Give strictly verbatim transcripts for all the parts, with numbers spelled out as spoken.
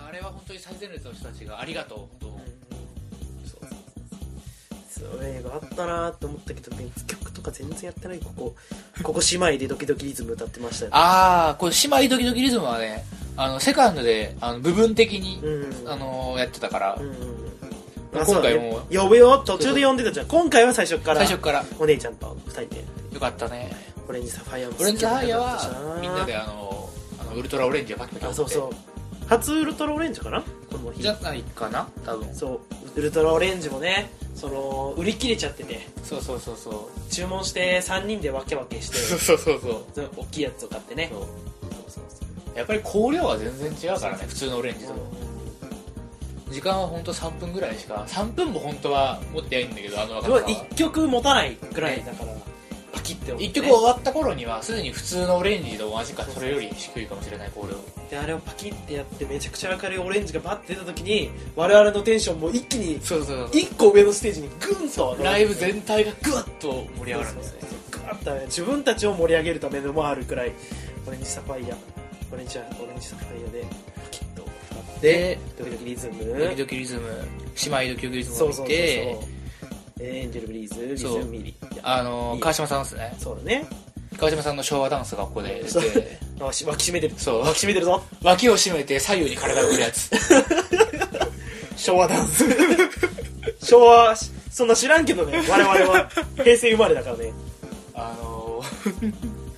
あれは本当に最前列の人たちがありがとう本当、うん、 そうそうそう映画あったなーって思ったけど別曲とか全然やってない。ここここ姉妹でドキドキリズム歌ってましたよ、ね、 ああこれ姉妹ドキドキリズムはねあのセカンドであの部分的に、 うん、 あのやってたから、うんうん、 今回も呼ぶよ途中で呼んでたじゃん。今回は最初から最初からお姉ちゃんとふたりでよかったね。 オレンジサファイアもオレンジサファイアはみんなであのあのウルトラオレンジをパキパキ持って。 あそうそう初ウルトラオレンジかなこの日じゃないかな多分。 そうウルトラオレンジもねその売り切れちゃっててそうそうそうそう注文してさんにんで分け分けしてそうそうそうそう大きいやつを買ってね。そうそうそうそうやっぱり香料は全然違うからね普通のオレンジと。時間は本当さんぷんぐらいしかさんぷんも本当は持ってないんだけどあの若さはいっきょく持たないぐらいだから、ね、パキっていっきょく終わった頃にはすでに普通のオレンジと同じかそれより低いかもしれない香料であれをパキってやってめちゃくちゃ明るいオレンジがバッて出た時に我々のテンションも一気にそうそういっこ上のステージにグンとライブ全体がグワッと盛り上がるんですね。 グワッと自分たちを盛り上げるためでもあるくらいオレンジサファイアオレンジオレンジサファイアでパキッとでドキドキリズムドキドキリズム姉妹ドキドキリズムを見てそうそうそうそうエンジェルブリーズリズムミリあの川島さんですね。 そうだね川島さんの昭和ダンスがここで出て脇締めてるそう脇締めてるぞ脇を締めて左右に体を振るやつ昭和ダンス昭和そんな知らんけどね我々は平成生まれだからねあのー、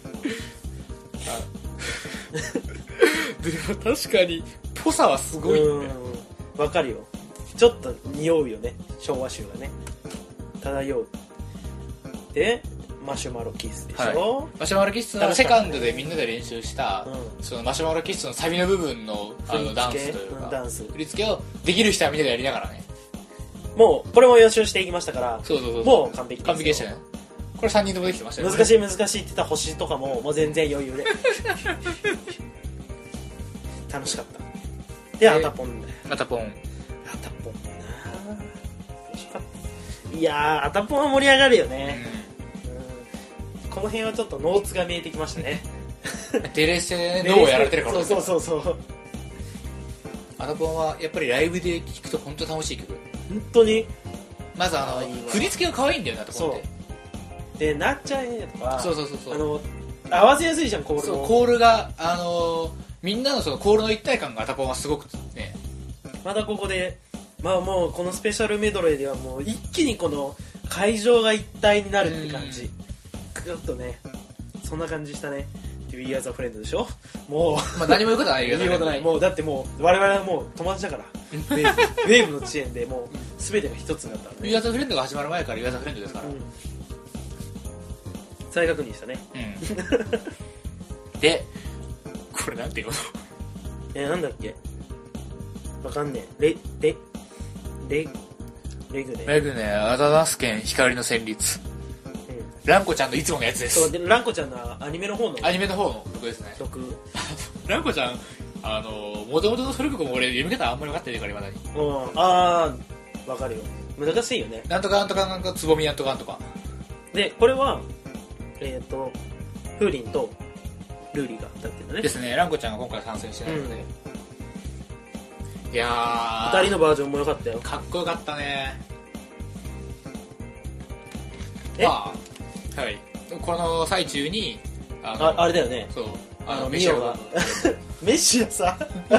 でも確かにぽさはすごいね。 わかるよちょっと匂うよね昭和臭がね漂うでマシュマロキスでしょ、 はい、マシュマロキスのセカンドでみんなで練習した、うん、そのマシュマロキスのサビの部分の、あのダンスというか、うん、ダンス振り付けをできる人はみんなでやりながらねもうこれも予習していきましたからそうそうそうもう完璧です完璧でしたね。これさんにんともできてましたよね。 難しい難しいって言ってた星とかももう全然余裕で楽しかったで、えー、アタポンだよアタポンアタポンな楽しかった。いやーアタポンは盛り上がるよね、うん、この辺はちょっとノーツが見えてきましたねデレステ脳をやられてるからそうそうそうそうアタポンはやっぱりライブで聴くと本当楽しい曲。 本当にまずあの振り付けが可愛いんだよなアタポンってでなっちゃえとかそうそうそうそうあの合わせやすいじゃんコールのそうコールがあのー、みんなのそのコールの一体感がアタポンはすごくねまだここでまあもうこのスペシャルメドレーではもう一気にこの会場が一体になるって感じぐっとねそんな感じしたね。 We are the friend でしょもう、 まあ、何も言うことない言うことないもうだってもう我々はもう友達だからウェーブウェーブの遅延でもう全てが一つになったらね We are the friend が始まる前から We are the friend ですから、うん、 再確認したね、 うん、でこれなんていうのえなんだっけわかんねえレレレレグネレグネアダナス県光の旋律、うん、ランコちゃんのいつものやつです。 そうでランコちゃんのアニメの方のアニメの方の曲ですね。曲ランコちゃんあの元々のそれ曲も俺読み方あんまり分かってないから未だに。 うんああわかるよ難しいよね。 なんとかなんとかなんとかつぼみなんとかなんとかでこれはえっ、ー、とフーリンとルーリーが歌ってるのねですね。ランコちゃんが今回参戦してないので、うん、いやーふたりのバージョンも良かったよ。 かっこよかったね。 え、 まあ、はいこの最中にあの あ, あれだよねそうあのミオがメシアさ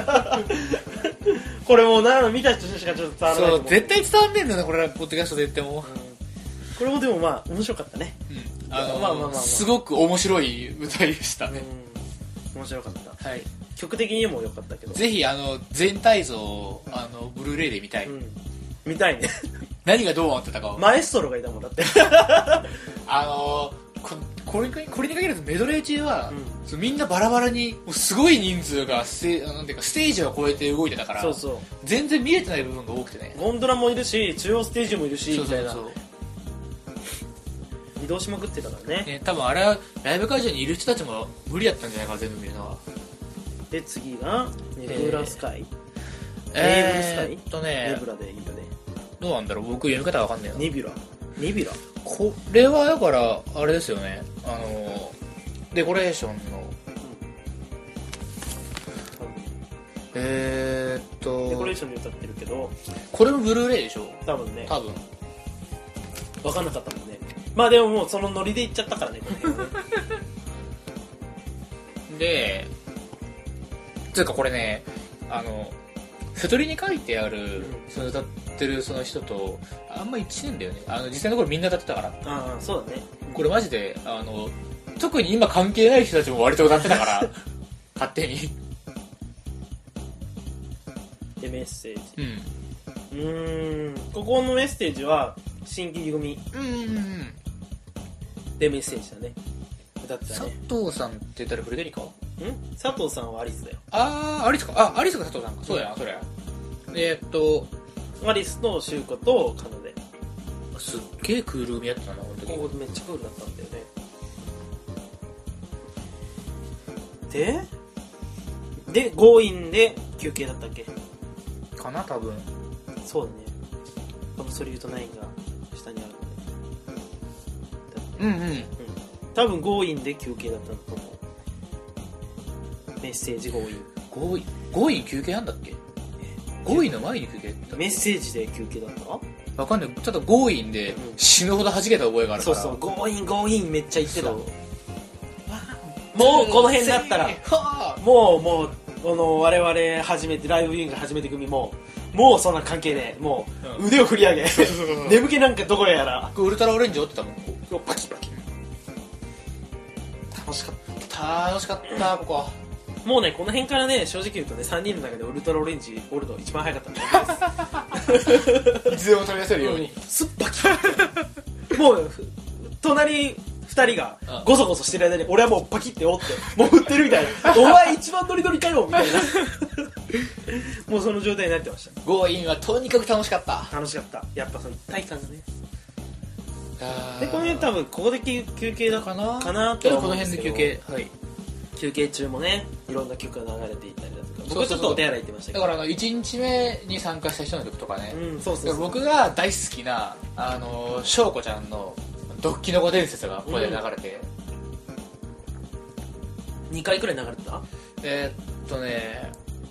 これもうな見た人しかちょっと伝わらないと思う。 そう絶対伝わんねえんだよなこれポッドキャストで言っても、うん、 これもでもまあ面白かったね、 うん、あのまあまあまあ、まあ、すごく面白い舞台でしたね、 うん、面白かった、 はい、 曲的にも良かったけどぜひあの全体像をあのブルーレイで見たい、うん、 見たいね何がどうなってたかマエストロがいたもんだってあのここれこれに限らずメドレー中は、うん、みんなバラバラにもうすごい人数がステなんていうかステージを越えて動いてたからそうそう全然見えてない部分が多くてね。 ゴンドラもいるし中央ステージもいるしそうそうそうみたいな移動しまくってたからね。 ね多分あれはライブ会場にいる人たちも無理だったんじゃないか全部見るのは。 で次がネブラスカイ、 えー、ネブラスカイ、えー、っとねネブラでいいよね。 どうなんだろう僕読み方わかんないな。 ネビュラネビュラこれはだからあれですよねあのデコレーションの、うん、えー、っとデコレーションで歌ってるけど、 これもブルーレイでしょ多分ね多分分かんなかったもんね。まあでももうそのノリでいっちゃったからね、この辺はねでつうかこれね、あのフトリに書いてある、うん、その歌ってるその人とあんま一致ねんだよね。あの実際のところみんな歌ってたから。 ああそうだね。 これマジであの特に今関係ない人たちも割と歌ってたから勝手にでメッセージ、 うん、 うーんここのメッセージは新規組でメッセージだね。歌ってたね。 佐藤さんって誰？フレデリカ？ん？ 佐藤さんはアリスだよ。 あーアリスか。あアリスが佐藤さんか。そうだよな、それ。えー、っとアリスとシュウコとカナデ。 すっげークール組やってたな本当に。 ここめっちゃクールだったんだよね。でで強引で休憩だったっけかな多分。 そうだね。アブソリュートナインが下にあるので、 うんうん、うん、 多分強引で休憩だったんだと思う。メッセージ強引強引強引休憩なんだっけ？強引の前に休憩だった。 メッセージで休憩だったわかんない。ただ強引で死ぬほど弾けた覚えがあるから、 そうそう強引強引めっちゃ言ってた。もうこの辺だったらもうもうこの我々初めてライブビューイング初めて組ももうそんな関係ねえ。もう腕を振り上げ眠気なんかどこやらウルトラオレンジ折ってたもん。 こうパキパキ楽しかった楽しかったここ。 もうねこの辺からね正直言うとねさんにんの中でウルトラオレンジ折るの一番早かったんですいつでも取り出せるようにスッパキもう隣ふたりがゴソゴソしてる間に俺はもうパキって折ってもう振ってるみたいなお前一番ノリノリかよみたいなもうその状態になってました。 強引はとにかく楽しかった。 楽しかった。やっぱその一体感がね。でこの辺多分ここで休憩だかなかなとこの辺で休憩、はい、 休憩中もねいろんな曲が流れていたりだとか、僕はちょっとお手洗い行ってましたけど、 だからあのいちにちめに参加した人の曲とかね、 うん、そうそうそう、 僕が大好きなあの翔子ちゃんのドッキノコ伝説がここで流れて、 うん、にかいくらい流れてた？ えー、っとね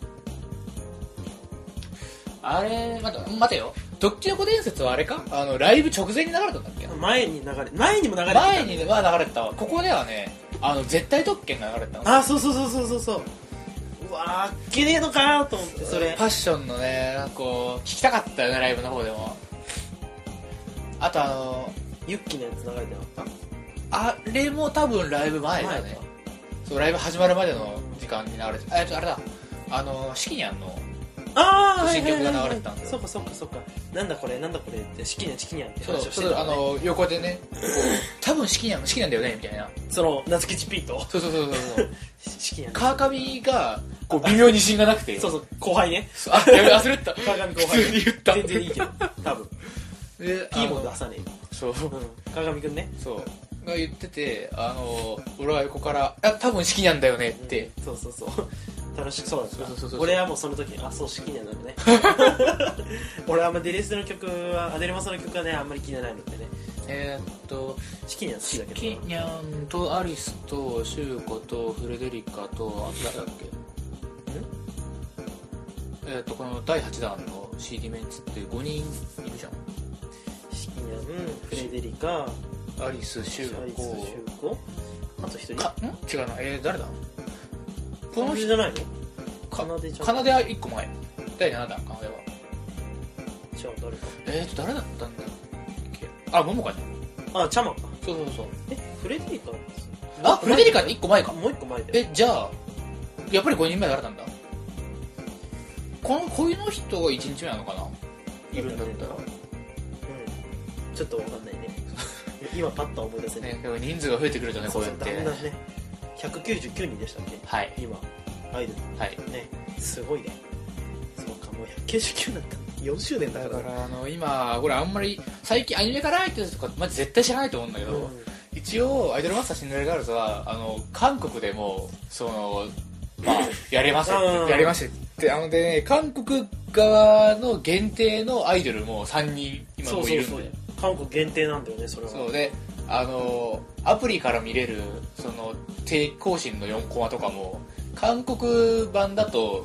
あれ待て待てよ、ドッキノコ伝説はあれか、あのライブ直前に流れたんだっけ？ 前に流れ前にも流れてた、 前には流れてたわ。ここではねあの絶対特権が流れてたの。 あそうそうそうそうそうそう、うわーあっけねえのかなと思って。それパッションのねこう聞きたかったよねライブの方でも。あとあのユッキーのやつ流れてなかった？あれも多分ライブ前だね。そうライブ始まるまでの時間に流れてた。あれだあのシキニャンのあ新曲が流れてたんですよ。 そうかそうかそうか、なんだこれなんだこれってシキニャンシキニャンって話をしてた、ね、 あの横でね多分シキニャンシキニャンだよねみたいな、 その夏吉ピートそうそうそうそうそうシキニャン川上がこう微妙に自信がなくてそうそう後輩ね、 あやべ忘れてた川上後輩普通に言った。 全然いいけど多分で P も出さねえそう、うん、 川上くんねそうが言ってて、あの俺は横からあ多分シキニャンだよねって、 うん、そうそうそう楽しくそうなんですか。 そうそうそうそう、 俺はもうその時あそうシキニャンなんだね俺はあんまデレステの曲はアデルマソの曲はねあんまり気にならないのでね。 えー、っとシキニャン好きだけど、 シキニャンとアリスとシュウコとフレデリカとあと誰だっけ、えー、っとこのだいはちだんの シーディー メンツってごにんいるじゃん。 シキニャン、フレデリカ、 アリス、シュウコ、 シュウコ、あと一人かん違うな、えー、誰だこの人じゃないの？ かなでちゃん。かなではいっこまえ。だいななだん、かなでは。 じゃあ誰か。 えーと、誰だったんだっけ。あ、ももかね。 あ、チャマンか。 そうそうそう。 え、フレデリカ？ あ、フレデリカっていっこまえか。 もういっこまえだよ。 え、じゃあ、やっぱりごにんめ誰なんだ。この、こういうの人がいちにちめなのかな、いるんだったら。うん。 ちょっとわかんないね。今パッと思い出せない。 ね、人数が増えてくるとね、こうやって。 だんだんね。ひゃくきゅうじゅうきゅうにんでしたっけ？ はい。 今、アイドル。 はい。 ね、すごいね。そうか、もうひゃくきゅうじゅうきゅうになった。よんしゅうねんだから。 だから、あの、今、これあんまり、最近アニメから入ってる人とか、まじ絶対知らないと思うんだけど、うん、一応、アイドルマスターシンデレラガールズは、あの、韓国でも、その、まあ、やれますって、やれましてって、あのでね、韓国側の限定のアイドルもさんにん今もいるんで。そうそうそう。 韓国限定なんだよね、それは。 そうで、あのアプリから見れるその定期更新のよんコマとかも韓国版だと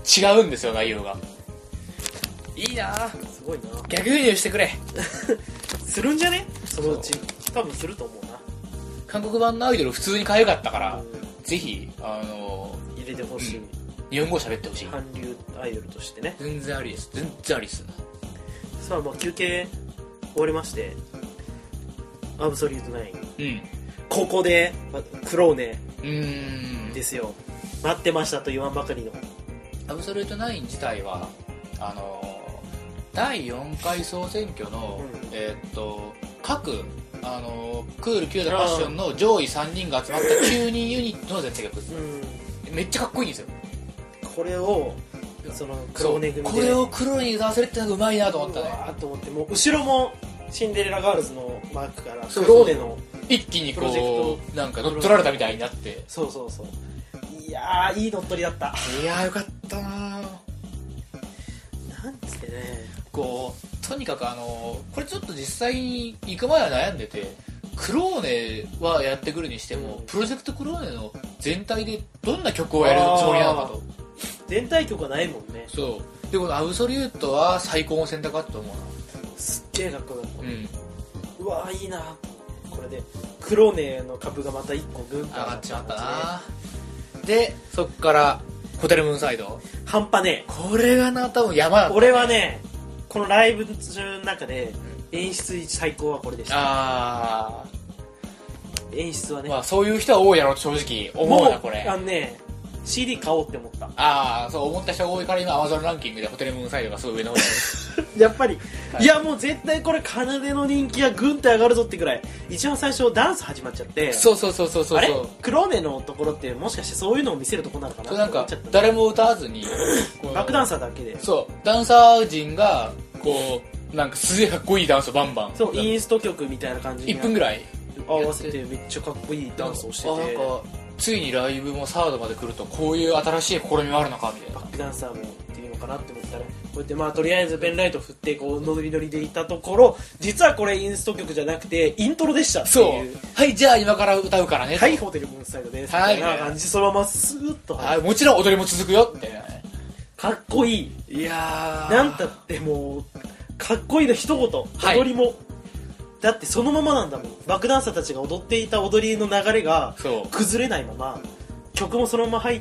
違うんですよ、内容が。いいなぁ。 すごいな。 逆輸入してくれ。 するんじゃねそのうち。多分すると思うな。 韓国版のアイドル普通に可愛かったから、 うん、 ぜひ、あのー、入れてほしい、うん。 日本語喋ってほしい。 韓流アイドルとしてね。 全然ありです。全然ありです。 さあ、まあ休憩終わりまして、アブソリュートナイン。うん。ここで、クローネ。うーん。ですよ。待ってましたと言わんばかりの。 アブソリュートナイン自体は、あのー、だいよんかい総選挙の、うん、えー、っと、各、あのー、クール、キュート、ファッションの上位さんにんが集まったきゅうにんユニットの全体曲です。うん、めっちゃかっこいいんですよ。 これを、その、クローネ組で。 これをクローネに歌わせるってのがうまいなと思ったね。 うわーと思って、もう後ろも、シンデレラガールズのマークから、クローネの、 一気にこう、なんか乗っ取られたみたいになって。 そうそうそう。いやー、いい乗っ取りだった。 いやー、よかったなー。 なんつってね、 こうとにかくあのこれちょっと実際に行く前は悩んでて、クローネはやってくるにしても、うん、プロジェクトクローネの全体でどんな曲をやるつもりなのかと。 全体曲はないもんね。 そうで、このアブソリュートは最高の選択だったと思うな。 すっげえかっこよかった、うん、うわーいいな。これでクローネの株がまたいっこぐんと上がっちまったな。でそっからホテルムーンサイド半端ねえ。 これがな、多分山だった、ね、 俺はね、このライブ中の中で演出最高はこれでした。 あー、演出はね、 まあそういう人は多いやろ正直思うな。これあのね、シーディー 買おうって思った。 ああ、そう思った人が多いから今 Amazon ランキングでホテルムーンサイドがすごい上の方にあるやっぱり、はい、いやもう絶対これ奏の人気がグンって上がるぞってくらい。一番最初ダンス始まっちゃって、 そうそうそうそうそう、 あれクローネのところってもしかしてそういうのを見せるところなのかな。 そう、なんか誰も歌わずにバックダンサーだけで、 そうダンサー陣がこうなんかすげえかっこいいダンスをバンバン、 そうインスト曲みたいな感じにいっぷんぐらい合わせてめっちゃかっこいいダンスをしてて、なんかついにライブもサードまで来るとこういう新しい試みもあるのかみたいな。 バックダンサーもっていうのかなって思ったら、こうやってまあとりあえずペンライト振ってこうノリノリでいたところ、実はこれインスト曲じゃなくてイントロでしたっていう。 そう、はいじゃあ今から歌うからね、 はいホテルムーンサイドですみたいな感じ、そのままスーッと、 はい、もちろん踊りも続くよみたいなね。 かっこいい。 いやー、 なんたってもうかっこいいの一言、踊りも、はい、だってそのままなんだもん。バックダンサーたちが踊っていた踊りの流れが崩れないまま、曲もそのまま入って、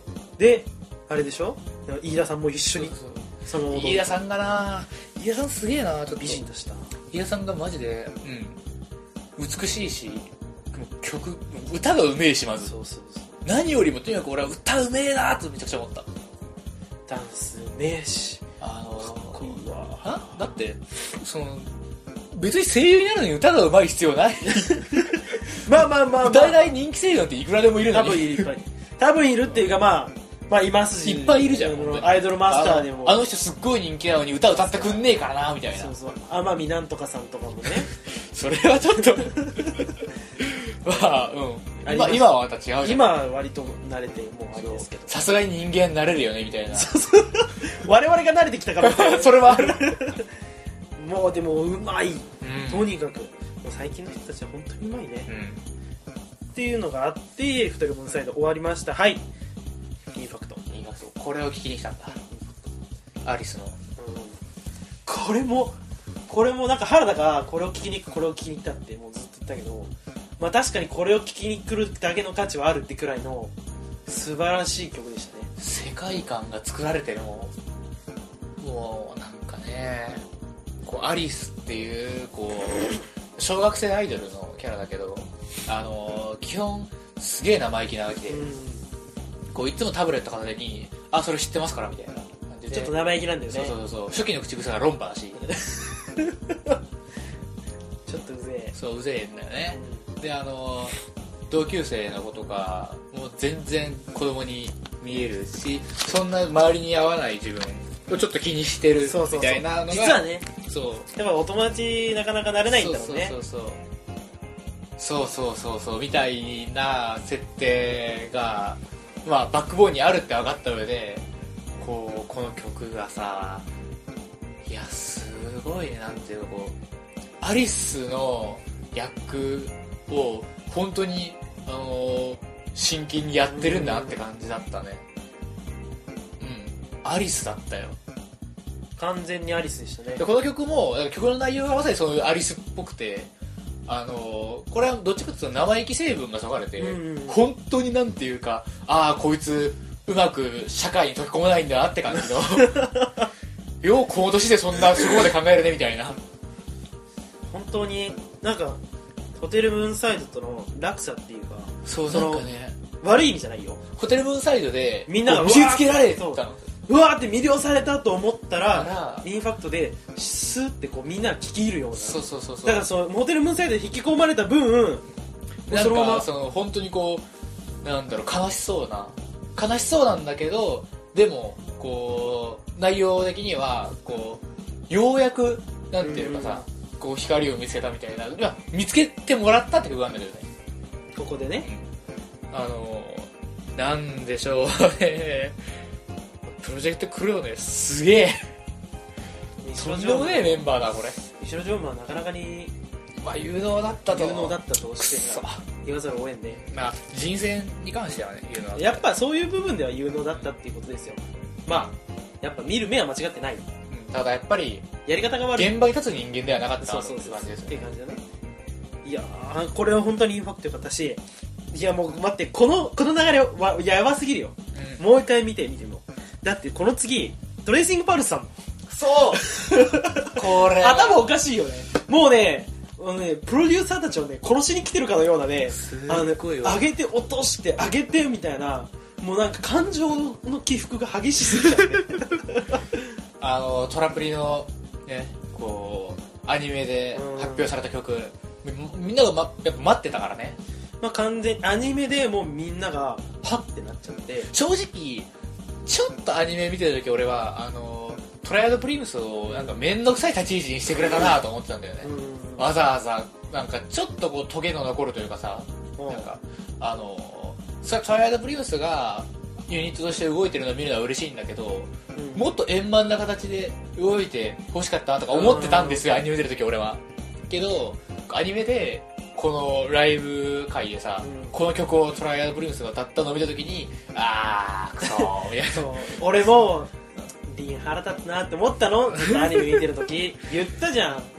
であれでしょ、飯田さんも一緒にその飯田さんがな、飯田さんすげえな、ちょっと美人とした飯田さんがマジで、うん、美しいし、曲歌がうめえし、まずそうそうそう、 何よりもとにかく俺は歌うめえなとめちゃくちゃ思った。 ダンスうめえし、 あのー、 かっこいいわ。 はだってその別に声優になるのに歌がうまい必要ないまあまあまあ、まあ、 歌えない人気声優なんていくらでもいるのに、 多分いる、多分いるっていうか、まあまあいますし、 いっぱいいるじゃん。 アイドルマスターでもあ, あの人すっごい人気なのに歌歌ってくんねえからなみたいな。 そうそう、天海なんとかさんとかもねそれはちょっとまあうん、今, 今はまた違うじゃん。 今は割と慣れてもうあれですけど、 さすがに人間になれるよねみたいな。 そうそう我々が慣れてきたからそれはあるもうでもうまい、 うん、 とにかくもう最近の人たちは本当にうまいね、うん、っていうのがあってホテルムーンサイド終わりました。はい、インファクト、 インファクト、これを聞きに来たんだ、アリスの、うん、 これもこれもなんか原田がこれを聞きに行くこれを聞きに行ったってもうずっと言ったけど、まあ確かにこれを聞きに来るだけの価値はあるってくらいの素晴らしい曲でしたね。 世界観が作られてる、もうもうなんかね、こうアリスっていうこう小学生アイドルのキャラだけど、あの基本すげえ生意気なわけで、うん、こういつもタブレット片手にあそれ知ってますからみたいな感じで、 ちょっと生意気なんだよね。 そうそうそう、初期の口癖が論破だしちょっとうぜえ、 そううぜえんだよね、うん、であの同級生の子とかもう全然子供に見えるし、そんな周りに合わない自分をちょっと気にしてるみたいなのが、 実はね、 そうやっぱお友達なかなかなれないんだろうね。 そうそうそうそうそうそうそうみたいな設定が、まあ、バックボーンにあるって分かった上で、こうこの曲がさ、いやすごいね、なんていうの、こうアリスの役を本当にあの真剣にやってるんだなって感じだったね。 アリスだったよ。 完全にアリスでしたね。 でこの曲も曲の内容がまさにそういうアリスっぽくて、あのー、これはどっちかというと生意気成分がそがれて、うんうん、本当になんていうか、ああこいつうまく社会に溶け込まないんだなって感じのようこの年でそんなそこまで考えるねみたいな。 本当になんかホテルムーンサイドとの落差っていうか、 そうなんかね、 悪い意味じゃないよ。 ホテルムーンサイドでみんなが見せつけられたの、 うわーって魅了されたと思ったらインファクトでスーってこうみんなが聞き入るような、 そうそうそうそう、 だからそのホテルムーンサイドで引き込まれた分、 なんかそのままその本当にこうなんだろう、悲しそうな悲しそうなんだけど、でもこう内容的にはこうようやくなんていうかさ、うん、こう光を見つけたみたいな、いや見つけてもらったって曲なんだけどね、 ここでね、 うん、あのなんでしょうねプロジェクトクローネすげえとんでもねえメンバーだこれ。 西野常務はなかなかにまあ有能だったと有能だったとして言わざるを得んで、 まあ人選に関してはね有能だった。 やっぱそういう部分では有能だったっていうことですよ。まあやっぱ見る目は間違ってない、うん、 ただやっぱりやり方が悪い、 現場に立つ人間ではなかったそうそうそうって感じですね。っていう感じだね。いやーこれは本当にインパクトよかったし、いやもう待って、このこの流れはやばすぎるよ、うん、もう一回見てみても。だってこの次トレーシングパルスさん、 そうこれ頭おかしいよね。もうね、あのねプロデューサーたちをね殺しに来てるかのようなね、あのね上げて落として上げてみたいな、もうなんか感情の起伏が激しすぎちゃうねあのトラプリのねこうアニメで発表された曲、みんなが、ま、やっぱ待ってたからね。 まあ完全アニメでもうみんながハッてなっちゃって、 正直ちょっとアニメ見てる時俺はあのトライアドプリムスをなんか面倒くさい立ち位置にしてくれたなと思ってたんだよね。わざわざなんかちょっとこうトゲの残るというかさ、なんかあのトライアドプリムスがユニットとして動いてるのを見るのは嬉しいんだけど、うん、もっと円満な形で動いて欲しかったなとか思ってたんですよ、アニメ見てる時俺は。けどアニメでこのライブ会でさ、うん、この曲をトライアドプリムスが歌ったのを見た時に、あークソーみたいな俺もリン腹立つなって思ったの、ずっとアニメ見てる時言ったじゃん、うん、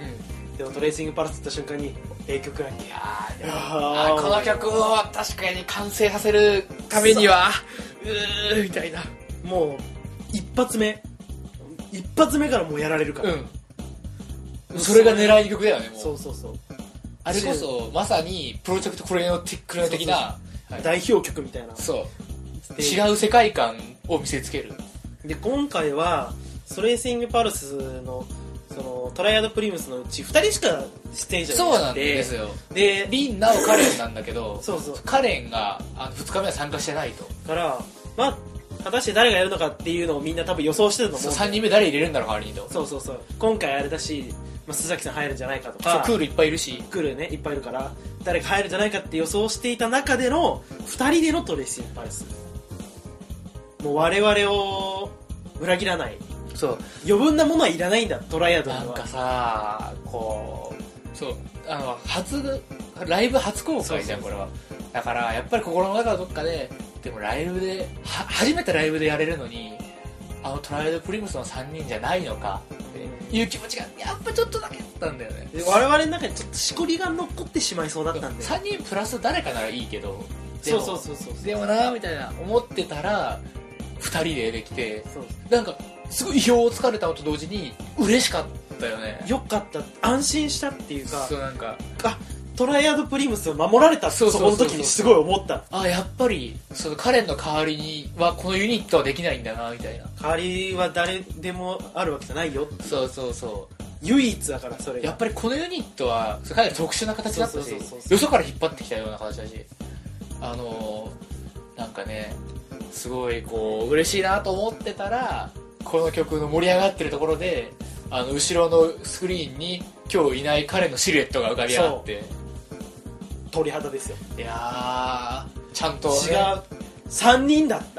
でもトレーシングパルスって言った瞬間にええ曲やんけ、 いやーこの曲を確かに完成させるためにはうーみたいな、 もう一発目一発目からもうやられるから、 うん、それが狙いの曲だよね。もうそうそうそう、 あれこそまさにプロジェクトクレヨンティックル的な代表曲みたいな、 そう違う世界観を見せつける。 で今回はトレーシングパルスのそのトライアドプリムスのうちふたりしか出演者がいなくて、 そうなんですよ。でリン、ナオ、カレンなんだけどそうそう、カレンがあのふつかめは参加してないとからまあ果たして誰がやるのかっていうのをみんな多分予想してると思う。 さんにんめ誰入れるんだろう代わりにと。 そうそうそう、今回あれだし、まあ、須崎さん入るんじゃないかとか、 そうクールいっぱいいるし、 クールねいっぱいいるから誰か入るんじゃないかって予想していた中でのふたりでのトレーシングパルス、もう我々を裏切らない、そう余分なものはいらないんだトライアドには。 なんかさこうそうあの初ライブ初公開じゃんこれは。だからやっぱり心の中のどっかででもライブでは初めてライブでやれるのにあのトライアドプリムスのさんにんじゃないのかっていう気持ちがやっぱちょっとだけあったんだよね。 で我々の中にちょっとしこりが残ってしまいそうだったんで、 さんにんプラス誰かならいいけど、 そうそうそうそう、 でもなみたいな思ってたらふたりでできて、なんかすごい意表をつかれたのと同時に嬉しかったよね。 よかった、安心したっていうか、 そうなんかあトライアドプリムスを守られたってそこの時にすごい思った。 あやっぱりそのカレンの代わりにはこのユニットはできないんだなみたいな。 代わりは誰でもあるわけじゃないよ。そうそうそう唯一だからそれがやっぱりこのユニットはかなり特殊な形だったし、よそから引っ張ってきたような形だし、あのー、なんかねすごいこう嬉しいなと思ってたらこの曲の盛り上がってるところであの後ろのスクリーンに今日いない彼のシルエットが浮かび上がって鳥肌ですよ。 いやーちゃんと、ね、 違うさんにんだった。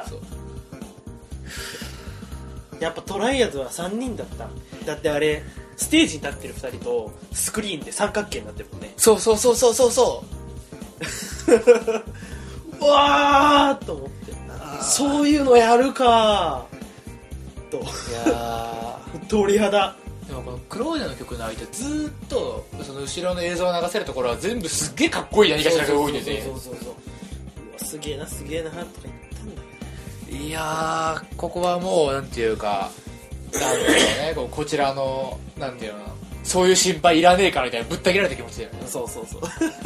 やっぱトライアドはさんにんだった。だってあれステージに立ってるふたりとスクリーンで三角形になってるもんね。 そうそうそうそうそうそううわーと思ってそういうのやるかといや鳥肌。 でもこのクローデの曲の間ずーっとその後ろの映像を流せるところは全部すっげえかっこいい何かしらが多いんですね。 そうそうそうそう。うわすげえなすげえなとか言ったんだけど。 いやーここはもうなんていうかなんだろうねこうこちらのなんていうのそういう心配いらねえからみたいなぶった切られた気持ちだよね。 そうそうそう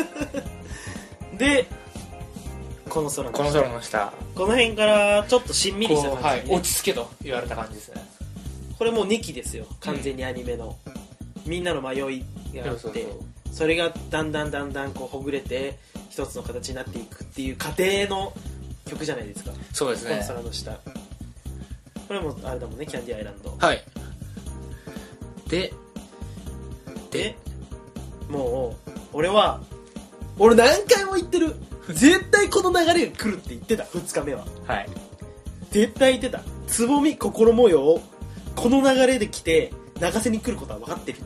でこの空の下この空の下この辺からちょっとしんみりしたこう、はい、 感じ、ね、 落ち着けと言われた感じですね。 これもうにきですよ完全にアニメの、うん、みんなの迷いがあって、そうそうそう、それがだんだんだんだんこうほぐれて一つの形になっていくっていう過程の曲じゃないですか。 そうですね。 この空の下これもあれだもんね、キャンディーアイランド。 はいででもう俺は俺何回も言ってる絶対この流れが来るって言ってた。ふつかめははい絶対言ってた。つぼみ心模様この流れで来て泣かせに来ることは分かってる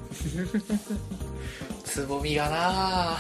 つぼみがなぁ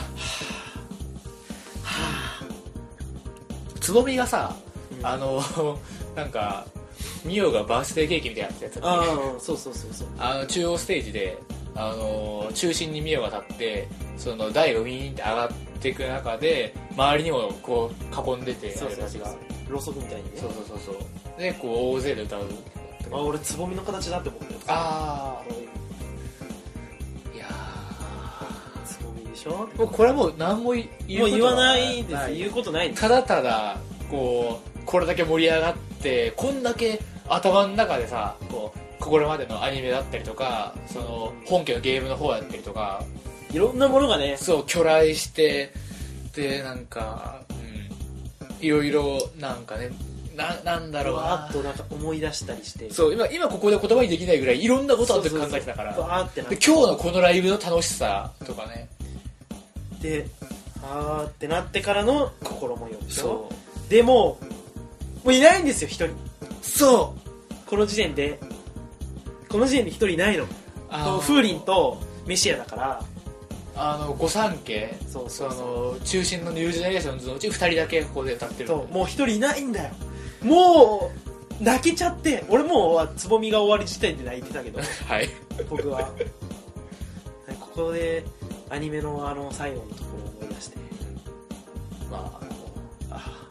つぼみがさ、うん、あのなんかミオがバースデーケーキみたいなやつやつああそうそうそうそうあの中央ステージであの中心にミオが立ってその台がウィーンって上がっていく中で周りにもこう囲んでてそうそうそうろうそくみたいにね。 そうそうそうそうでこう大勢で歌う。 あ俺つぼみの形だって思ってる。 ああいやつぼみでしょ。 もうこれはもう何も言うこともう言わないです。言うことないんです。 ただただこうこれだけ盛り上がってこんだけ頭の中でさこうこれまでのアニメだったりとかその本家のゲームの方だったりとかいろんなものがねそう巨来してでなんか、うん、いろいろなんかねな, なんだろうなわーっとなんか思い出したりしてそう 今, 今ここで言葉にできないぐらいいろんなことあって考えてたからそうそうそうってで今日のこのライブの楽しさとかねであーってなってからの心模様でしょ。でももういないんですよ一人。そうこの時点でこの時点で一人いないの。風鈴とメシアだからあの御三家そうそうそうその中心のニュージェネレーションズのうちふたりだけここで歌ってる。 そうもう一人いないんだよ。もう泣けちゃって俺もうつぼみが終わり時点で泣いてたけどはい僕はここでアニメのあの最後のところを思い出してまああ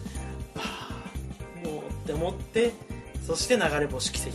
あもうって思ってそして流れ星奇跡。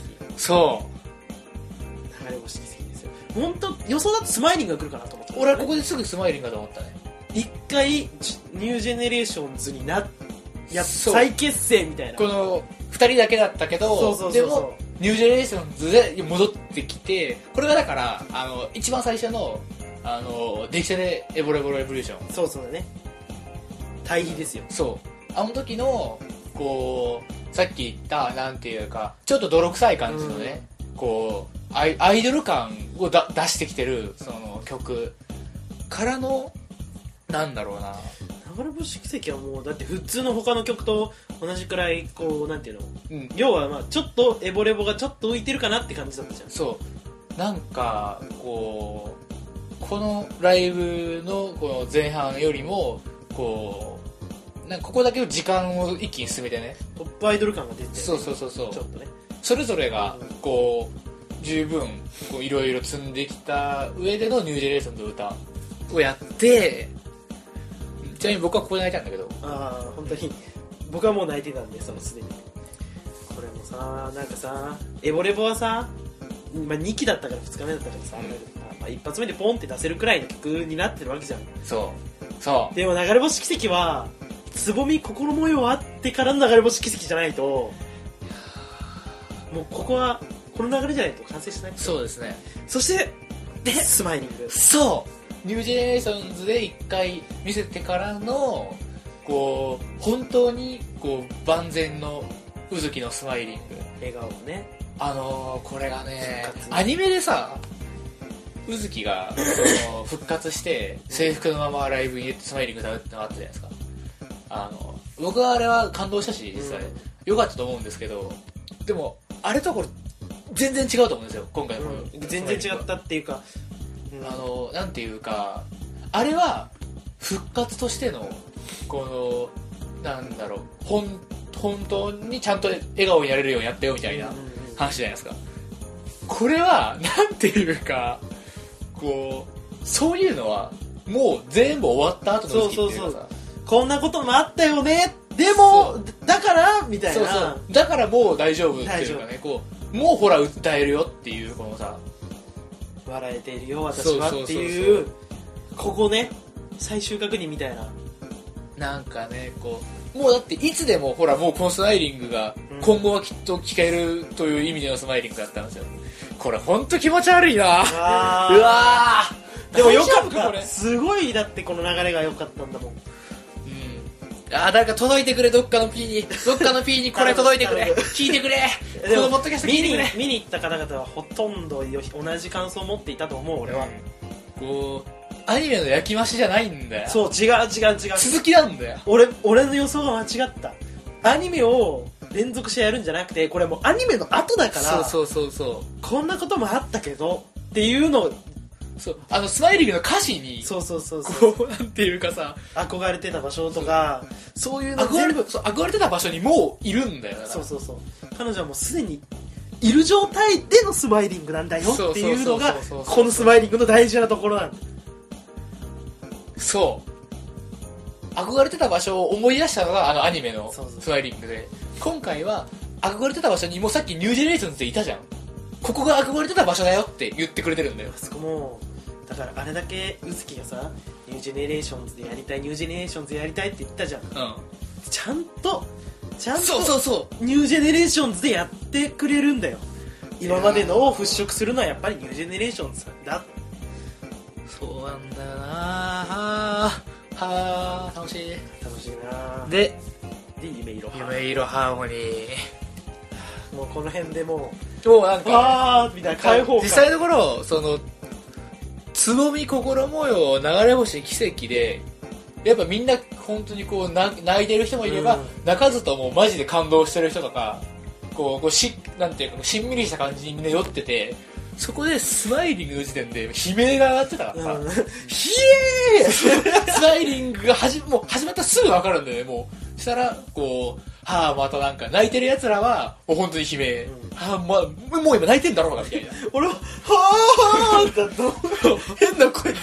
そう流れ星奇跡ですよ。本当予想だとスマイリングが来るかなと思って俺はここですぐスマイリングかと思ったね。 一回ニュージェネレーションズになや再結成みたいなこのふたりだけだったけどそうそうそうそうでもニュージェネレーションズで戻ってきてこれがだからあの一番最初のあの出来たでエボレボレエボリューションそうそうだね対比ですよ。 そうあの時のこうさっき言ったなんていうかちょっと泥臭い感じのね、うん、こうアイ、アイドル感をだ出してきてるその曲からのなんだろうな流れ星奇跡はもうだって普通の他の曲と同じくらいこうなんていうの、 うん、 要はまあちょっとエボレボがちょっと浮いてるかなって感じだったじゃん。 そうなんかこうこのライブのこの前半よりもこうなんかここだけの時間を一気に進めてねトップアイドル感が出てる、ね、 そうそうそうそうちょっとねそれぞれがこう十分いろいろ積んできた上でのニュージェネレーションの歌をやってちなみに僕はここで泣いたんだけどああ本当に僕はもう泣いてたんでそのすでにこれもさなんかさエボレボはさ、まあ、にきだったからふつかめだったからさ、うんまあ、一発目でポンって出せるくらいの曲になってるわけじゃん。 そうそうでも流れ星奇跡はつぼみ心模様あってからの流れ星奇跡じゃないともうここはこの流れじゃないと完成しない。 そうですね。 そしてでスマイリングそうニュージェネレーションズで一回見せてからのこう本当にこう万全のうずきのスマイリング笑顔ねあのー、これがねアニメでさうずきがその復活して制服のままライブに入れてスマイリング歌うってのがあったじゃないですか。あの僕はあれは感動したし実際良かったと思うんですけどでもあれとこれ全然違うと思うんですよ今回の、うん、 全然違ったっていうか、 うん、あのなんていうかあれは復活としてのこのなんだろう本本当にちゃんと笑顔になれるようにやったよみたいな話じゃないですか。これはなんていうかこうそういうのはもう全部終わった後の時期っていうかさ、そうそうそう、 こんなこともあったよね、でもだからみたいな、 そうそうだからもう大丈夫っていうかね、こうもうほら訴えるよっていうこのさ、 笑えているよ私はっていう、ここね最終確認みたいな、 なんかねこうもうだっていつでもほらもうこのスマイリングが今後はきっと聞けるという意味でのスマイリングだったんですよ。これほんと気持ち悪いな。 あうわーでもよかっこた、 れすごい、だってこの流れが良かったんだもん。 うん、あー誰か届いてくれ、どっかの P にどっかの P にこれ届いてくれ聞いてくれこのポッドキャスト聞いてくれ。 見に行った方々はほとんど同じ感想を持っていたと思う俺は、 うん、こうアニメの焼き増しじゃないんだよ。 そう違う違う違う続きなんだよ。 俺俺の予想が間違った。アニメを連続してやるんじゃなくて、これもうアニメの後だから、 そうそうそうそう、 こんなこともあったけどっていうのを、 そうあのスマイリングの歌詞にそうそうそうそう、 こうなんていうかさ、 憧れてた場所とかそういうの憧れ全部、 そう憧れてた場所にもういるんだよ。 そうそうそう、彼女はもうすでにいる状態でのスマイリングなんだよっていうのがこのスマイリングの大事なところなんだ。 そう憧れてた場所を思い出したのがあのアニメのスマイリングで、今回は憧れてた場所にもうさっきニュージェネレーションズでいたじゃん、ここが憧れてた場所だよって言ってくれてるんだよ。 あそこもだからあれだけうずきがさニュージェネレーションズでやりたいニュージェネレーションズでやりたいって言ったじゃん、うん、ちゃんとちゃんとそうそうそうニュージェネレーションズでやってくれるんだよ。今までのを払拭するのはやっぱりニュージェネレーションズだ。 そうなんだよなあ。はあ楽しい楽しいな。 でで夢色夢色ハーモニー、もうこの辺でもうもうなんかあーみたいな開放感。 実際のところそのつぼみ心模様流れ星奇跡でやっぱみんな本当にこうな泣いてる人もいれば、うん、泣かずともうマジで感動してる人とかこうこうしなんていうかしんみりした感じにみんな酔ってて、そこでスマイリングの時点で悲鳴が上がってたからさ、うん、ひえースマイリングが始もう始まったらすぐ分かるんだよね。もうしたらこうはあまたなんか泣いてる奴らはもう本当に悲鳴、うん、はあ、ま、もう今泣いてんだろうなみたいな俺ははぁーだと変な声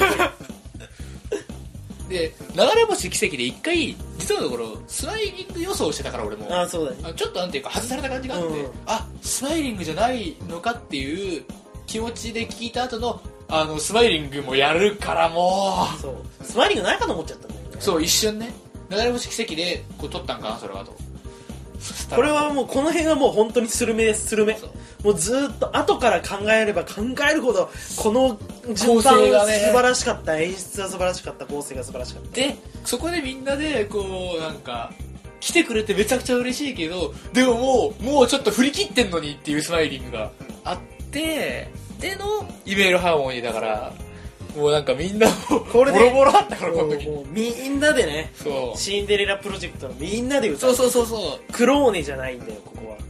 で流れ星奇跡で一回実のところスマイリング予想してたから俺もあそうだ、ね、 ちょっとなんていうか外された感じがあって、うん、あスマイリングじゃないのかっていう気持ちで聞いた後のあのスマイリングもやるからもうそうスマイリングないかと思っちゃったんだよね。 そう一瞬ね流れ星奇跡でこう撮ったんかなそれはと。 これはもうこの辺はもう本当にスルメですスルメ。もうずっと後から考えれば考えるほどこの順番が、ね、素晴らしかった、演出は素晴らしかった、構成が素晴らしかった。 でそこでみんなでこうなんか来てくれてめちゃくちゃ嬉しいけどでももうもうちょっと振り切ってんのにっていうスマイリングがあってでのイメールハーモニーだからもうなんかみんなもうボロボロあったからこの時もうみんなでねそうシンデレラプロジェクトのみんなで歌う。 そうそうそうそうクローネじゃないんだよここは。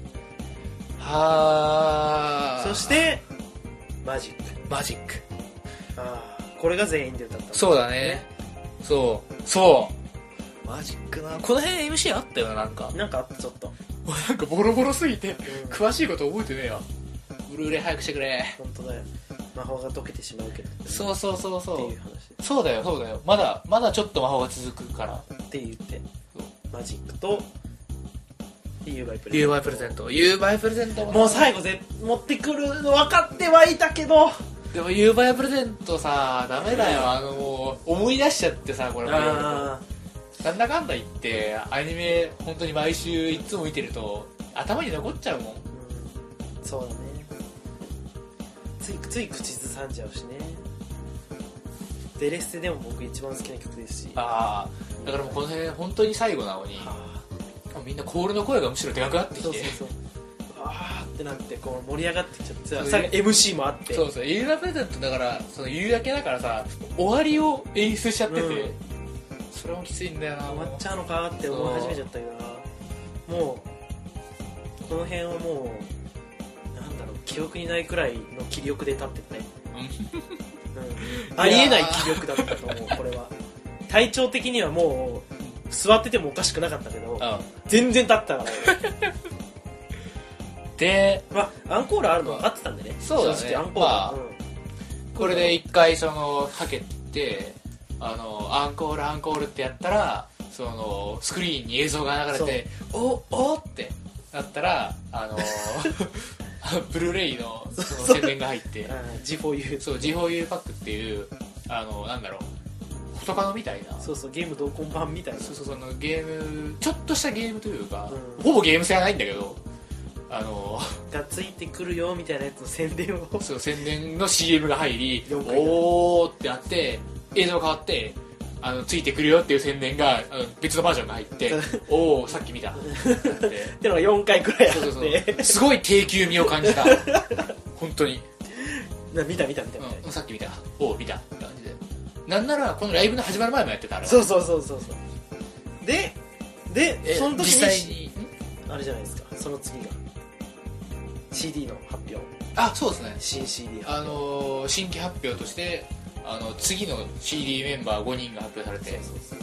はーそしてマジックマジックあーこれが全員で歌った、ね、 そうだねそうそうマジックなこの辺 エムシー あったよななんかなんかあったちょっとなんかボロボロすぎて、うん、詳しいこと覚えてねえよ。ブルーレイ早くしてくれ。 本当だよ魔法が解けてしまうけど、ね、 そうそうそうそうっていう話。 そうだよそうだよまだまだちょっと魔法が続くからって言ってマジックとユーバイプレゼントユーバイプレゼントユーバイプレゼント も, もう最後で持ってくるの分かってはいたけどでもユーバイプレゼントさダメだよあのもう思い出しちゃってさこれもなんだかんだ言ってアニメ本当に毎週いつも見てると頭に残っちゃうもん、 うん、そうだねついつい口ずさんじゃうしね。デレステでも僕一番好きな曲ですしああだからもうこの辺本当に最後なのにみんなコールの声がむしろでかくなってきてそうそうそうあーってなってこう盛り上がってきちゃってさ エムシー もあってそうそうユーバイプレゼントだからその夕焼けだからさ終わりを演出しちゃってて、うん、それもきついんだよな終わっちゃうのかって思い始めちゃったけどな。もうこの辺はもうなんだろう記憶にないくらいの気力で立ってて、うん、ありえない気力だったと思うこれは体調的にはもう座っててもおかしくなかったけど、うん、全然立ったからで、 まあアンコールあるの分かってたんでね、 そうだね、 正直アンコール、 まあうん、 これで一回そのはけて、あのアンコールアンコールってやったら、そのスクリーンに映像が流れておおってなったら、あのブルーレイのその宣伝が入って、 ジーフォーユーそう ジーフォーユー パックっていうあのなんだろう、フォトカノみたいな、 そうそうゲーム同梱版みたいな、 そうそうそのゲーム、ちょっとしたゲームというか、 うん、 ほぼゲーム性はないんだけど、あのがついてくるよみたいなやつの宣伝をそう宣伝の シーエム が入り、 了解だおーってなって映像が変わって、あのついてくるよっていう宣伝があの別のバージョンが入っておおさっき見たってってのがよんかいくらいあって、 そうそうそうすごい低級味を感じた本当に、 な見た見た見た見た、 うん、さっき見たおお見たって感じで、なんならこのライブの始まる前もやってた、あれはそうそうそうそうそうででその時に実際にあれじゃないですか、その次が シーディー の発表、 あそうですね、 新 シーディーあのー、新規発表としてあの次の シーディー メンバーごにんが発表されて、 そうそう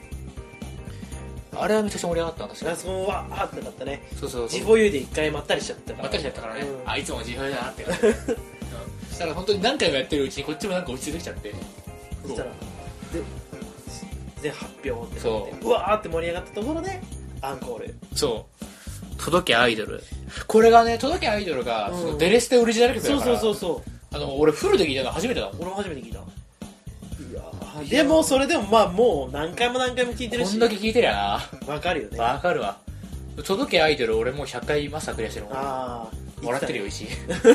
あれはめちゃくちゃ盛り上がったんですよ。 そう、そこはあってなったね、 そうそうそうジーフォーユー で一回まったりしちゃったから、 まったりしちゃったからね、 うんあいつも ジーフォーユー だなって感じ、うん、そしたら本当に何回もやってるうちにこっちもなんか落ち着いてきちゃって、 そしたらでで発表ってなってそううわーって盛り上がったところでアンコール、 そう届けアイドル、これがね、届けアイドルが、 うん、 そのデレステオリジナル曲だから、 そうそうそうそう、 あの俺フルで聞いたの初めてだもん。 俺も初めて聞いた、いやーでもそれでもまあもう何回も何回も聞いてるし、 こんだけ聞いてりゃわかるよね、 な、わかるわ。届けアイドル俺もうひゃっかいマスタークリアしてるもん。 ああ笑ってるよ石井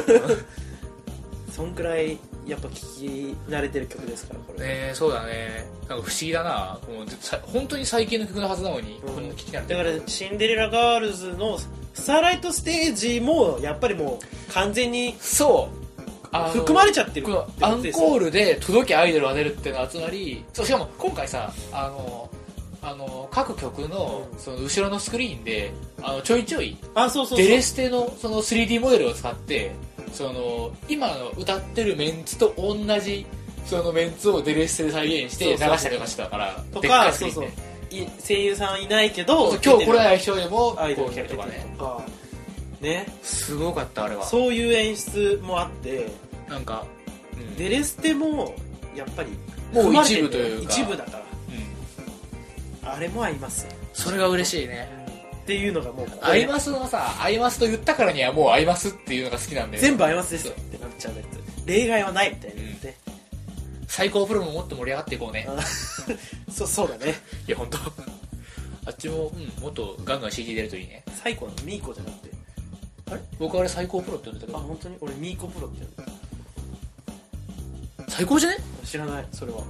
そんくらいやっぱ聞き慣れてる曲ですから、これねえ、そうだね、なんか不思議だな、もうさ本当に最近の曲のはずなのに、 うんこんな聞き慣れてだる。 からシンデレラガールズのスターライトステージもやっぱりもう完全にそうあの含まれちゃってるこのアンコールで届けアイドルが出るっていうのが集まり、そうしかも今回さ、あのあの各曲のうんその後ろのスクリーンであのちょいちょいあそうそうそうデレステのその スリーディー モデルを使ってその今の歌ってるメンツと同じそのメンツをデレステで再現して流したりとかしてたからとでっかかいスクリーンでそうそうい声優さんいないけど今日来れない人でもアイドこう来たルが出てるりとかね、 とかね、 すごかったあれは。 そういう演出もあってなんか、うんデレステもやっぱりもう含まれてる一部というか一部だからうんあれも合いますよそれが嬉しいね。 っていうのがもうここアイマスのさ、アイマスと言ったからにはもうアイマスっていうのが好きなんだよ。 全部合いますですよってなっちゃうやつ、例外はないみたいなね、 最高プロももっと盛り上がっていこうね。 あそうそうだね、 いや本当。あっちも、うん、もっとガンガン シーディー 出るといいね。 最高なのミーコじゃなくて、あれ僕あれ最高プロって呼んでたけど。 あ本当に俺ミーコプロって呼んで最高じゃね？ た、知らないそれは。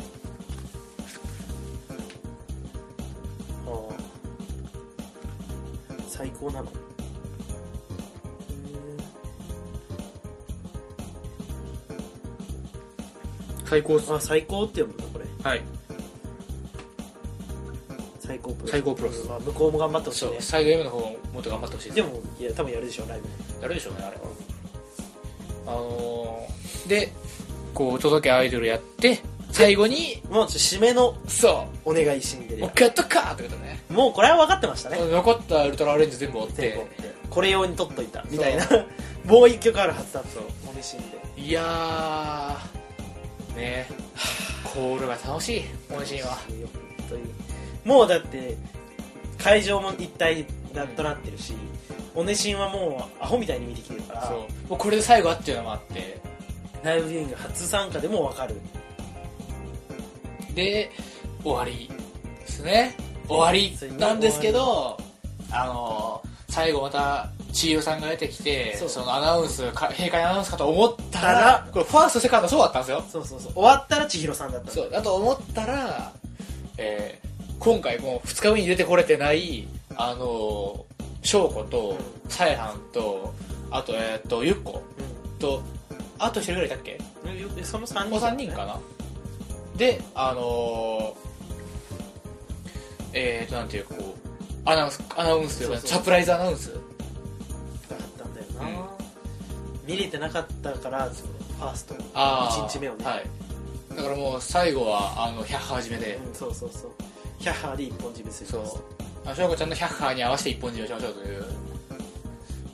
ああ最高なの。 最高っす。 あ最高って読むのこれ。 はい。 最高プロ。 最高プロっすまあ向こうも頑張ってほしいね。 そうサイド M の方ももっと頑張ってほしいです。 でもいや多分やるでしょライブ。 やるでしょうねあれは。あのー、でこう届けアイドルやって最後にもう締めのそお願いシンデうレラ。 もうカットカーってことね。 もうこれは分かってましたね。 残ったウルトラオレンジ全部追って全部これ用に取っといたみたいな。もう一曲あるはずだとおねしんで。 いやーねコールが楽しいオネシンは。 本当にもうだって会場も一体だとなってるし、おねしんはもうアホみたいに見てきてるから、 そうもうこれで最後あっていうのもあってライブビューイング初参加でも分かる。 で終わりですね。終わりなんですけど、あのー、最後また千尋さんが出てきて そ, そうそのアナウンスか閉会アナウンスかと思ったらこれファーストセカンドそうだったんですよ。 そうそうそう終わったら千尋さんだったの。 そうだと思ったら、えー今回もうふつかめに出てこれてないあのー、翔子とさえはんとあとえー、っとゆっことあと一人ぐらいいたっけ？ うん、そのさんにんおさんにんかな。であのー、えーとなんていうかこうアナウンスアナウンスというかそうそうサプライズアナウンスだったんだよな、 うん見れてなかったからファーストあいちにちめをね、 はい、だからもう最後はあのヒャッハー締めで、 うん、そうそうそうヒャッハーで一本締めするそうあ翔子ちゃんのヒャッハーに合わせて一本締めしましょうという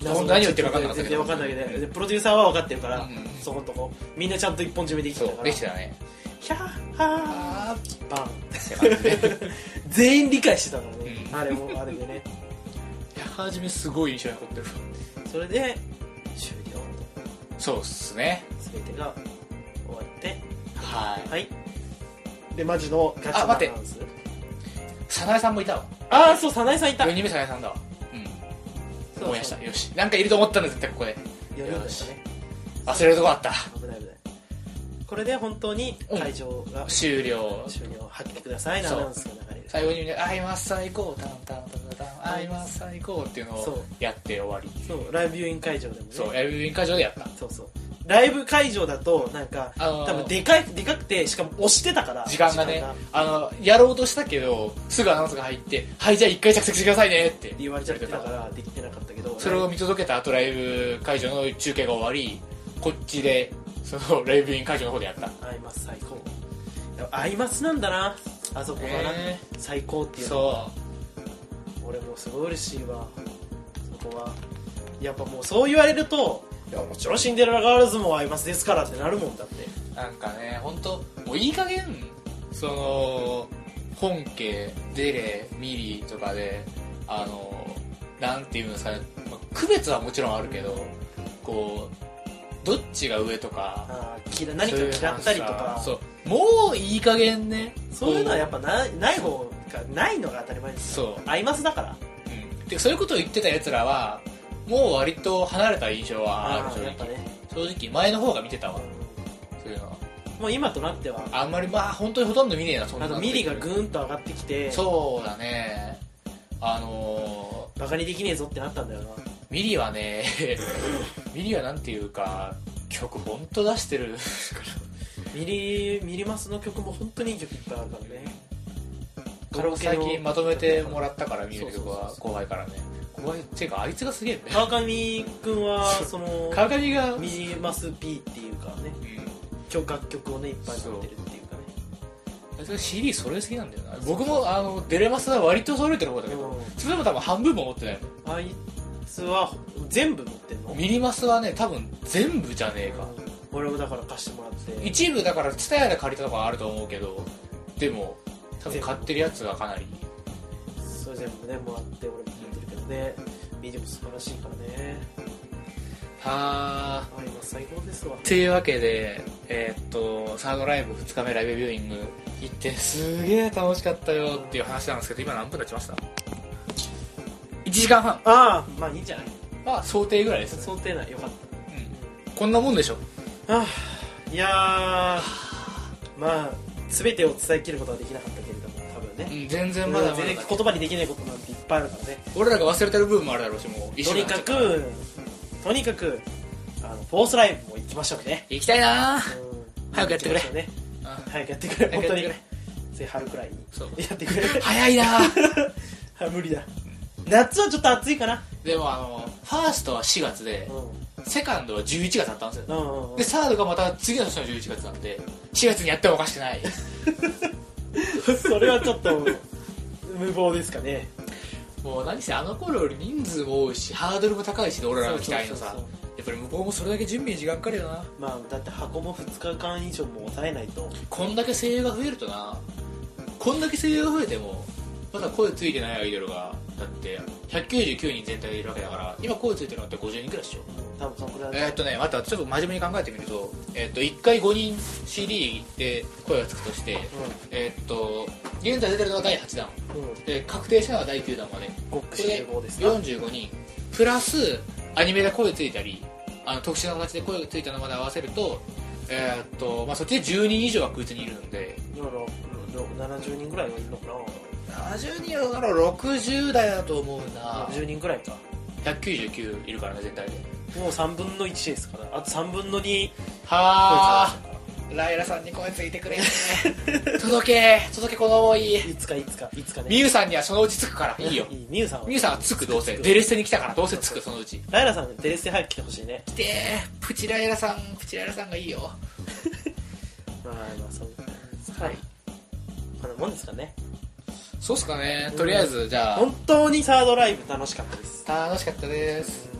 本当何言ってるか分かんなかったけど全然分かんないけど、でプロデューサーは分かってるから、 うん、 そこんとこみんなちゃんと一本締めできてそうたからできてたね。 ヒャーハーバン全員理解してたからね、うん、あれもあれでねいや初めすごい印象に残ってる。 それで終了。 そうっすね。 全てが終わってはいはいでマジのガチなアナウンス。 早苗さんもいたわ。 ああそう早苗さんいた。 よにんめ早苗さんだわ。うんそう思い出した。よしなんかいると思ったんだ絶対ここで。 よにんでしたね。 忘れるとこあった。 危ない危ない。これで本当に会場が、 うん、終了終了発揮くださいのアナウンスが流れる。 最後に「アイマス最高タンタンタンタンアイマス最高」っていうのをやって終わり。 そうライブビューイン会場でもね。 そうライブビューイン会場でやった。 そうそうライブ会場だとなんか、あのー、多分でかいでかくてしかも押してたから時間がねあのやろうとしたけどすぐアナウンスが入って「はいじゃあ一回着席してくださいね」って言われちゃってたからできてなかったけど、 それを見届けた後ライブ会場の中継が終わりこっちでそのライブビューイン会場の方でやった。 アイマス最高。アイマスなんだなあそこがな、えー、最高っていうのはそう俺もすごい嬉しいわ。そこはやっぱもうそう言われるといやもちろんシンデレラガールズもアイマスですからってなるもんだって。 なんかね本当もういい加減その本家デレミリとかであのなんていうんですかね、まあ、区別はもちろんあるけどこうどっちが上とかあ何か嫌ったりとかそうもういい加減ねそういうのはやっぱなない方がないのが当たり前ですよ。 そうアイマスだから、 うん、でそういうことを言ってたやつらはもう割と離れた印象はある。正直、ね、正直前の方が見てたわ、うん、そういうのはもう今となってはあんまりまあ本当にほとんど見ねえな。そんなあとミリがグーンと上がってきてそうだねあのー、バカにできねえぞってなったんだよな。 ミリはねミリはなんていうか曲本当出してるミリミリマスの曲も本当にいい曲いっぱいあるからね。 カラオケ最近まとめてもらったからミリの曲は後輩からね。後輩っていうかあいつがすげえね。 川上くんはその川上がミリマス P っていうかね、うん、楽曲をねいっぱい持ってるっていうかね。 あいつが シーディー 揃えすぎなんだよな。僕もあのデレマスは割と揃えてる方だけど、うん、それでも多分半分も持ってない。 あいつは全部持ってんの？ ミリマスはね多分全部じゃねえか、 うん、俺もだから貸してもらって一部だからツタヤで借りたとかあると思うけどでも多分買ってるやつがかなりそれ全部ねもらって俺も聴いてるけどね。ミリも素晴らしいからね。 はあ今最高ですわ。 というわけでえー、っとサードライブふつかめライブビューイング行ってすげえ楽しかったよっていう話なんですけど今何分経ちました？いちじかんはん。ああまあいいんじゃない。 まあ想定ぐらいです、ね、 想定内よかった、 うん、こんなもんでしょ。 あいやーまあ全てを伝えきることはできなかったけれども多分ね、 うん、全然まだまだ全然言葉にできないことなんていっぱいあるからね。 俺らが忘れてる部分もあるだろうしもうとにかくとにかくあのフォースライブも行きましょうね。 行きたいな、うん、早くやってくれ、 ね、早くやってくれ本当にぜ春くらいにやってくれ早いな無理だ。夏はちょっと暑いかな。 でもあのファーストはしがつで、うん、セカンドはじゅういちがつだったんですよ、うんうんうん、でサードがまた次の年のじゅういちがつなんでしがつにやってもおかしくないそれはちょっと無謀ですかね。 もう何せあの頃より人数も多いしハードルも高いしで俺らの期待のさやっぱり向こうもそれだけ準備に時間かかるよな。 まあだって箱もふつかかん以上も抑えないと。 こんだけ声優が増えるとなこんだけ声優が増えてもまだ声ついてないアイドルがだってひゃくきゅうじゅうきゅうにん全体でいるわけだから今声ついてるのってごじゅうにんくらいでしょ。 多分そのくらい。 えー、っとねまたちょっと真面目に考えてみると、えー、っといっかいごにん シーディー で声がつくとして、うん、えー、っと現在出てるのはだいはちだん、うん、で確定したのはだいきゅうだんまでこれでよんじゅうごにんプラスアニメで声ついたりあの特殊な形で声がついたのまで合わせるとえー、っとまあそっちでじゅうにん以上は確実にいるんでななじゅうにんぐらいはいるのかな。 ななじゅうにんはだからろくじゅうだいだと思うな。 ろくじゅうにんぐらいか。 ひゃくきゅうじゅうきゅういるからね全体で。 もうさんぶんのいちですからあとさんぶんのにはあライラさんに声ついてくれ届け届けこの思い。 いつかいつかいつかねミユさんにはそのうちつくからいいよ。 いいミユさんはミユさんはつくどうせデレステに来たからどうせつくそのうち。 ライラさんデレステ早く来てほしいね。 来てープチライラさんプチライラさんがいいよまあまあそうですはいこんなもんですかね。 そうっすかね。とりあえずじゃあ本当にサードライブ楽しかったです。 楽しかったです、うん、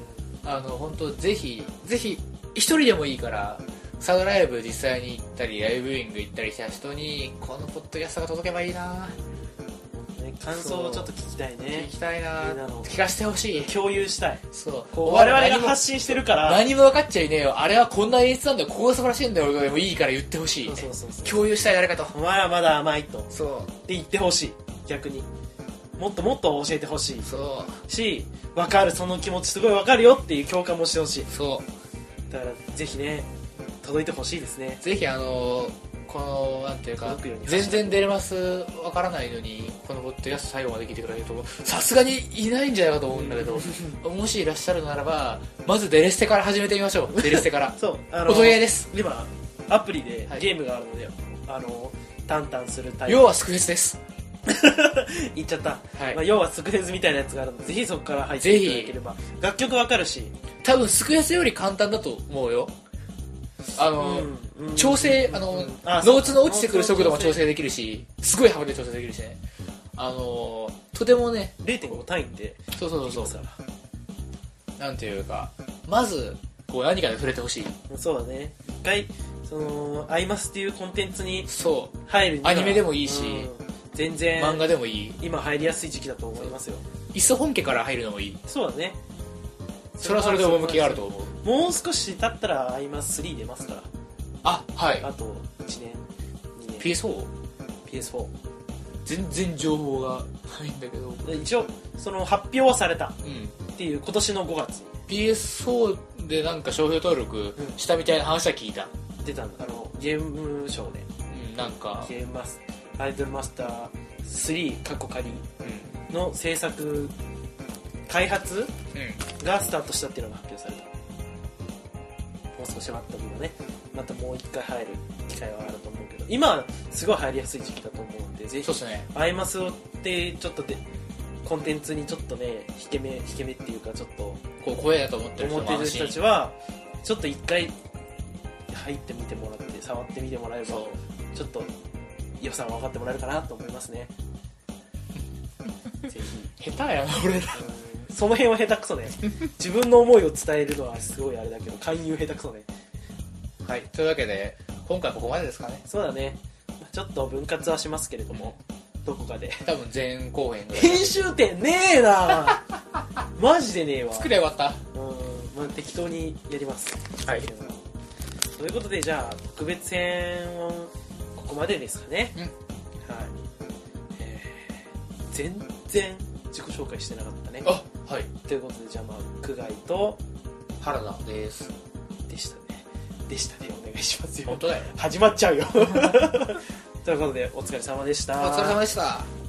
あの本当ぜひぜひ一人でもいいからサウドライブ実際に行ったりライブビューイング行ったりした人にこのポッドキャストが届けばいいな、 ね、感想をちょっと聞きたいね。 聞きたいな、 みんなの聞かせてほしい、 共有したい。 そうこう我々が発信してるから何も分かっちゃいねえよ、あれはこんな演出なんだよ、ここが素晴らしいんだよでもいいから言ってほしい、 そうそうそうそう、 共有したい誰かと、 お前はまだ甘いとそうって言ってほしい。逆にもっともっと教えてほしいそうし、分かる、その気持ちすごい分かるよっていう共感もしてほしい。 そうだからぜひね届いてほしいですね。 ぜひあのこのなんていうか届くように全然デレマスわからないのにこのポッドキャスト最後まで聞いてくれるとさすがにいないんじゃないかと思うんだけどもしいらっしゃるならばまずデレステから始めてみましょう。デレステからそう、あお問い合いです。 今アプリではいゲームがあるので、あのタンタンするタイプ要はスクフェスです。 言っちゃった、 はいまあ、要はスクフェスみたいなやつがあるのでぜひそこから入っていただければ楽曲わかるし、 多分スクフェスより簡単だと思うよ。あの、 うんうん、 調整あの、 うんあノーツの落ちてくる速度も調整できるしすごい幅で調整できるしね、あのとてもねれいてんご 単位でそうそうそうそそううなんていうかまずこう何かで触れてほしい。 そうだね、一回そのアイマスっていうコンテンツにそう入るにはアニメでもいいし、 うん全然漫画でもいい、 今入りやすい時期だと思いますよ。 いっそ本家から入るのもいい。 そうだね、 それはそれで趣があると思う。 もう少し経ったらアイマススリー出ますから、 あ、はい。 あといちねんにねんピーエスフォー？ ピーエスフォー全然情報がないんだけど、 で一応その発表はされたうん、 っていう今年のごがつにピーエスフォー でなんか商標登録したみたいな話は聞いた。 出たんだ、あのゲームショーでうん、なんか、 ゲームマスアイドルマスタースリー過去仮うん、 の制作開発うん、 がスタートしたっていうのが発表された。もう少し待った分はねまたもう一回入る機会はあると思うけど、今はすごい入りやすい時期だと思うので、ぜひそうですね。 アイマスをってちょっとでコンテンツにちょっとね引け目引け目っていうかちょっとこう怖いなと思ってる人思ってるも安心。 人たちはちょっと一回入ってみてもらって触ってみてもらえばそちょっと良さ分かってもらえるかなと思いますね。ぜひう。下手やな、俺ら。 うんその辺は下手くそね。自分の思いを伝えるのはすごいあれだけど勧誘下手くそね。 はい、というわけで、今回ここまでですかね。 そうだね、ちょっと分割はしますけれどもどこかで多分前後編ぐらい。 編集点ねえなマジでねえわ。 作ればよかっうん、まあ、適当にやります。 はいということでじゃあ特別編はここまでですかね。 うんはい、えー全然自己紹介してなかったね。 た。あ、はい。 ということでじゃあまあ久我井と原田です。 でしたねでしたねお願いしますよ。 本当だよ。 始まっちゃうよということでお疲れ様でした。 お疲れ様でした。